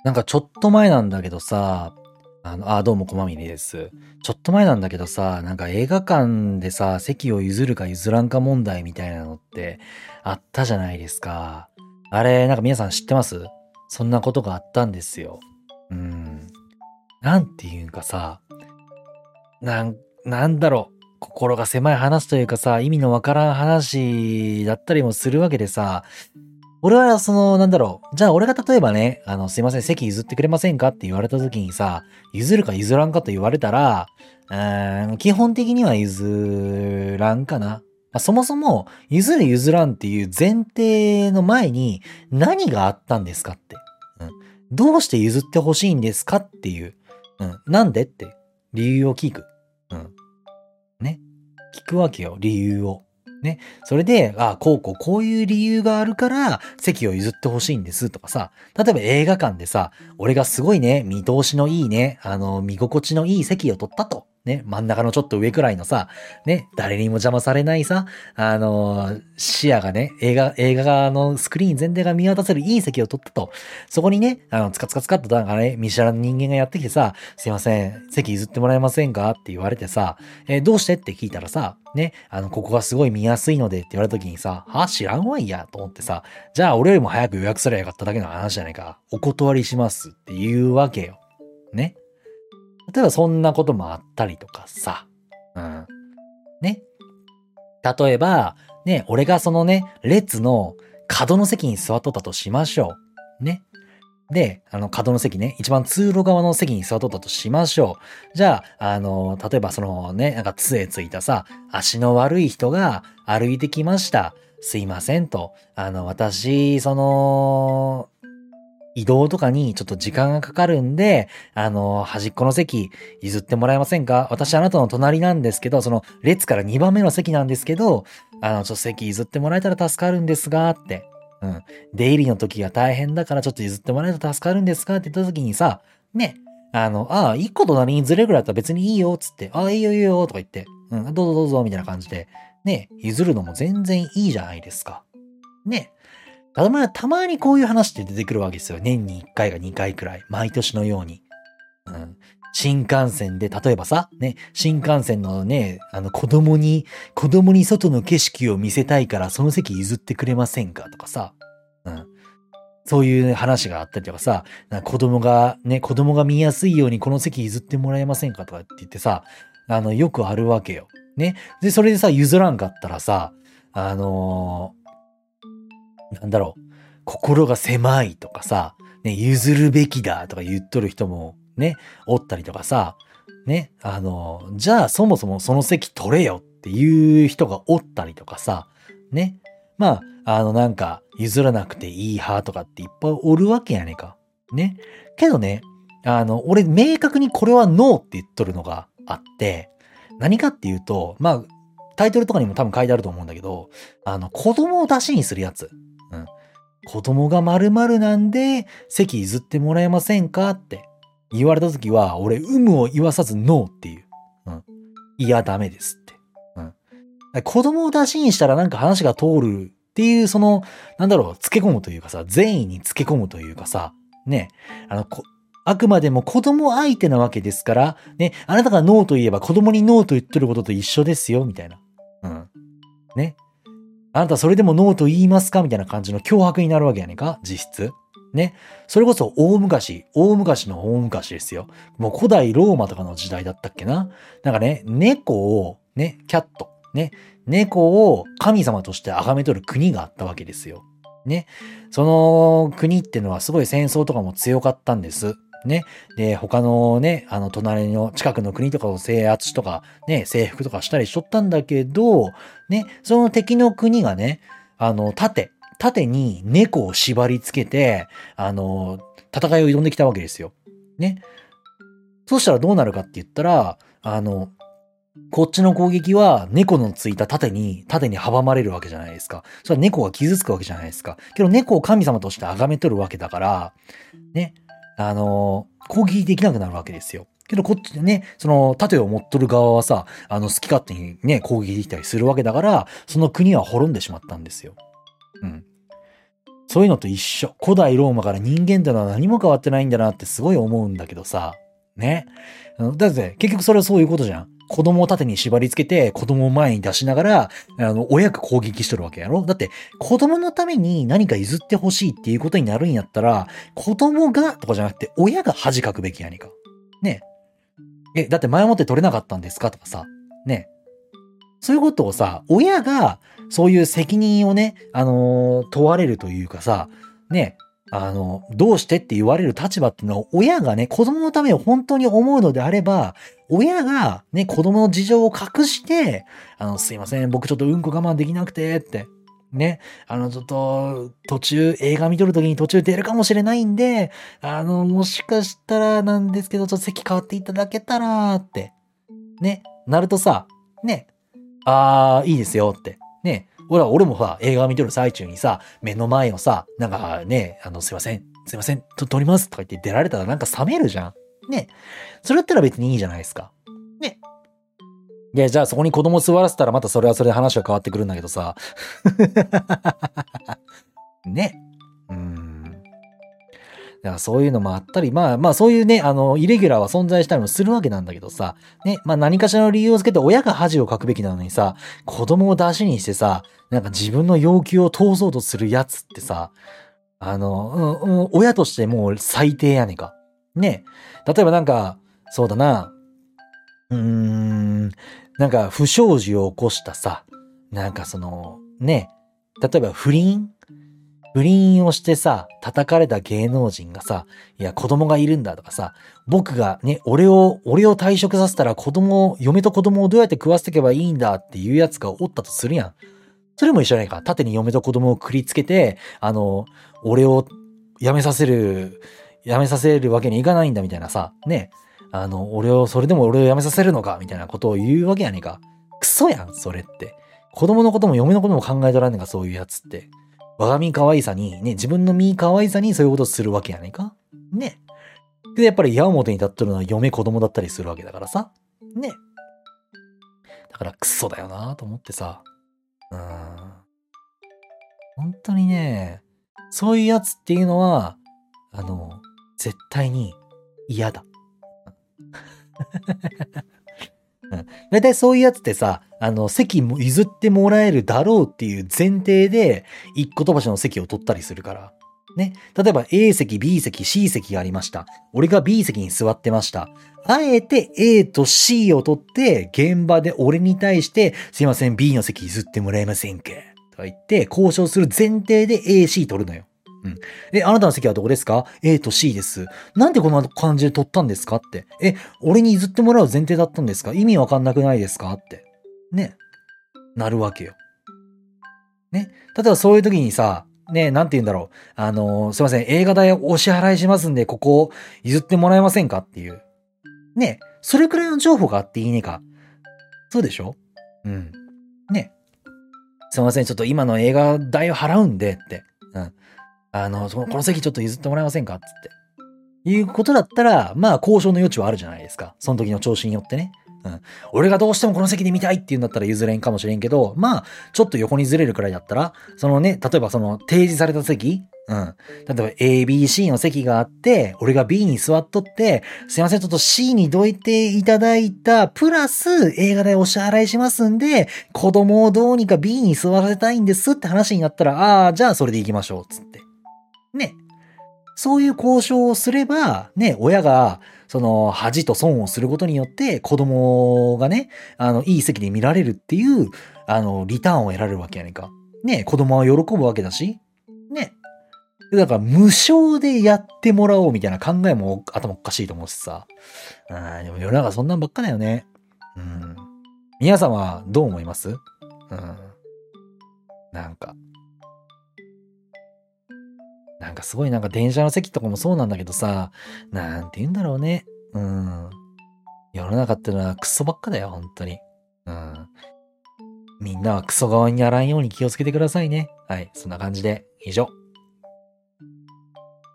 なんかちょっと前なんだけどさ、どうもこまみれです。ちょっと前なんだけどさ、なんか映画館でさ、席を譲るか譲らんか問題みたいなのってあったじゃないですか。あれ、なんか皆さん知ってます？そんなことがあったんですよ。うん。なんていうかさ、なん、なんだろう。心が狭い話というかさ、意味のわからん話だったりもするわけでさ、俺はじゃあ俺が例えばね、すいません、席譲ってくれませんかって言われた時にさ、譲るか譲らんかと言われたら、基本的には譲らんかな。そもそも、譲る譲らんっていう前提の前に何があったんですかって。うん、どうして譲ってほしいんですかっていう。なんでって理由を聞く。うん。ね。聞くわけよ、理由を。ね。それで、こういう理由があるから、席を譲ってほしいんですとかさ、例えば映画館でさ、俺がすごいね、見通しのいいね、見心地のいい席を取ったと。ね、真ん中のちょっと上くらいのさ、ね、誰にも邪魔されないさ、視野がね、映画のスクリーン全体が見渡せるいい席を取ったと。そこにね、つかつかつかっとなんかね、見知らぬ人間がやってきてさ、すいません、席譲ってもらえませんかって言われてさ、どうしてって聞いたらさ、ね、ここがすごい見やすいのでって言われた時にさ、知らんわいやと思ってさ、じゃあ俺よりも早く予約すればよかっただけの話じゃないか。お断りしますっていうわけよ。ね。例えばそんなこともあったりとかさ。うん。ね。例えば、ね、俺がそのね、列の角の席に座っとったとしましょう。ね。で、角の席ね、一番通路側の席に座っとったとしましょう。じゃあ、例えばそのね、なんか杖ついたさ、足の悪い人が歩いてきました。すいませんと。私、移動とかにちょっと時間がかかるんで、端っこの席譲ってもらえませんか？私あなたの隣なんですけど、その列から2番目の席なんですけど、ちょっと席譲ってもらえたら助かるんですが、って。うん。出入りの時が大変だからちょっと譲ってもらえたら助かるんですかって言った時にさ、ね、一個隣にずれぐらいだったら別にいいよ、つって、いいよいいよ、とか言って、どうぞどうぞ、みたいな感じで、ね、譲るのも全然いいじゃないですか。ね。たまにこういう話って出てくるわけですよ。年に1回か2回くらい。毎年のように。うん。新幹線で、例えばさ、ね、新幹線のね、子供に外の景色を見せたいから、その席譲ってくれませんかとかさ。うん。そういう話があったりとかさ、子供が見やすいようにこの席譲ってもらえませんかとかって言ってさ、よくあるわけよ。ね。で、それでさ、譲らんかったらさ、なんだろう、心が狭いとかさ、ね、譲るべきだとか言っとる人もね、おったりとかさ、ね、じゃあそもそもその席取れよっていう人がおったりとかさ、ね、なんか譲らなくていい派とかっていっぱいおるわけやねんか。ね。けどね、俺明確にこれはノーって言っとるのがあって、何かっていうと、タイトルとかにも多分書いてあると思うんだけど、子供を出しにするやつ。うん。子供が〇〇なんで、席譲ってもらえませんかって言われたときは、俺、有無を言わさずノーっていう。うん。いや、ダメですって。うん。子供を出しにしたらなんか話が通るっていう、つけ込むというかさ、善意につけ込むというかさ、ね。あくまでも子供相手なわけですから、ね、あなたがノーと言えば子供にノーと言ってることと一緒ですよ、みたいな。うん。ね。あなたそれでもノーと言いますかみたいな感じの脅迫になるわけやねんか実質。ね。それこそ大昔の大昔ですよ。もう古代ローマとかの時代だったっけな。なんかね、猫を、ね、キャット、ね、猫を神様として崇めとる国があったわけですよ。ね。その国ってのはすごい戦争とかも強かったんです。ね。で、他のね、隣の近くの国とかを制圧とか、ね、征服とかしたりしとったんだけど、ね、その敵の国がね、盾に猫を縛り付けて、戦いを挑んできたわけですよ。ね。そしたらどうなるかって言ったら、こっちの攻撃は猫のついた盾に阻まれるわけじゃないですか。それは猫が傷つくわけじゃないですか。けど猫を神様として崇めとるわけだから、ね、攻撃できなくなるわけですよ。けどこっちでね、その盾を持っとる側はさ、好き勝手にね、攻撃できたりするわけだから、その国は滅んでしまったんですよ。うん。 そういうのと一緒。古代ローマから人間ってのは何も変わってないんだなってすごい思うんだけどさ。ね。だって結局それはそういうことじゃん。子供を盾に縛り付けて子供を前に出しながら、親が攻撃しとるわけやろ。だって子供のために何か譲ってほしいっていうことになるんやったら、子供がとかじゃなくて親が恥かくべきやねんか。ね。だって前もって取れなかったんですかとかさ。ね。そういうことをさ、親がそういう責任をね、問われるというかさ、ね、どうしてって言われる立場っていうのは、親がね、子供のためを本当に思うのであれば、親がね、子供の事情を隠して、すいません、僕ちょっとうんこ我慢できなくて、って、ね、ちょっと、途中、映画見とるときに途中出るかもしれないんで、もしかしたらなんですけど、ちょっと席変わっていただけたら、って、ね、なるとさ、ね、いいですよって。ね。俺もさ、映画見てる最中にさ、目の前をさ、なんかね、すいません、撮りますとか言って出られたらなんか冷めるじゃん。ね。それだったら別にいいじゃないですか。ね。で、じゃあそこに子供座らせたらまたそれはそれで話が変わってくるんだけどさ。ね。だからそういうのもあったり、まあそういうね、イレギュラーは存在したりもするわけなんだけどさ、ね、まあ何かしらの理由をつけて親が恥をかくべきなのにさ、子供を出しにしてさ、なんか自分の要求を通そうとするやつってさ、親としてもう最低やねんか。ね。例えばなんか、そうだな、なんか不祥事を起こしたさ、なんかね、例えば不倫をしてさ、叩かれた芸能人がさ、いや、子供がいるんだとかさ、僕がね、俺を退職させたら嫁と子供をどうやって食わせていけばいいんだっていうやつがおったとするやん。それも一緒じゃないか。縦に嫁と子供をくりつけて、俺を辞めさせるわけにいかないんだみたいなさ、ね。それでも俺を辞めさせるのかみたいなことを言うわけやねんか。クソやん、それって。子供のことも嫁のことも考えとらんねんか、そういうやつって。我が身可愛さに、ね、自分の身可愛さにそういうことするわけやねんか。ね。で、やっぱり矢面に立っとるのは嫁子供だったりするわけだからさ。ね。だからクソだよなと思ってさ。本当にね、そういうやつっていうのは、絶対に嫌だ。だいたいそういうやつってさ、席も譲ってもらえるだろうっていう前提で、一個飛ばしの席を取ったりするから。ね。例えば A 席、B 席、C 席がありました。俺が B 席に座ってました。あえて A と C を取って、現場で俺に対して、すいません、B の席譲ってもらえませんかとか言って、交渉する前提で A、C 取るのよ。あなたの席はどこですか？ A と C です。なんでこんな感じで取ったんですかって。俺に譲ってもらう前提だったんですか？意味わかんなくないですかって。ね。なるわけよ。ね。例えばそういう時にさ、ね、なんて言うんだろう。すいません、映画代をお支払いしますんで、ここ譲ってもらえませんかっていう。ね。それくらいの情報があっていいねか。そうでしょ？ね。すいません、ちょっと今の映画代を払うんでって。この席ちょっと譲ってもらえませんかつって。いうことだったら、まあ交渉の余地はあるじゃないですか。その時の調子によってね。俺がどうしてもこの席で見たいっていうんだったら譲れんかもしれんけど、まあ、ちょっと横にずれるくらいだったら、例えば提示された席、例えば A、B、C の席があって、俺が B に座っとって、すいません、ちょっと C にどいていただいた、プラス映画代お支払いしますんで、子供をどうにか B に座らせたいんですって話になったら、じゃあそれで行きましょう、つって。ね。そういう交渉をすれば、ね、親が、恥と損をすることによって、子供がね、いい席で見られるっていう、リターンを得られるわけやねんか。ね、子供は喜ぶわけだし、ね。だから、無償でやってもらおうみたいな考えも頭おかしいと思うしさ。でも世の中そんなんばっかだよね。皆さんはどう思います？なんかすごい電車の席とかもそうなんだけどさ、なんて言うんだろうね。世の中ってのはクソばっかだよ、本当に。みんなはクソ側にならんように気をつけてくださいね。はい、そんな感じで以上。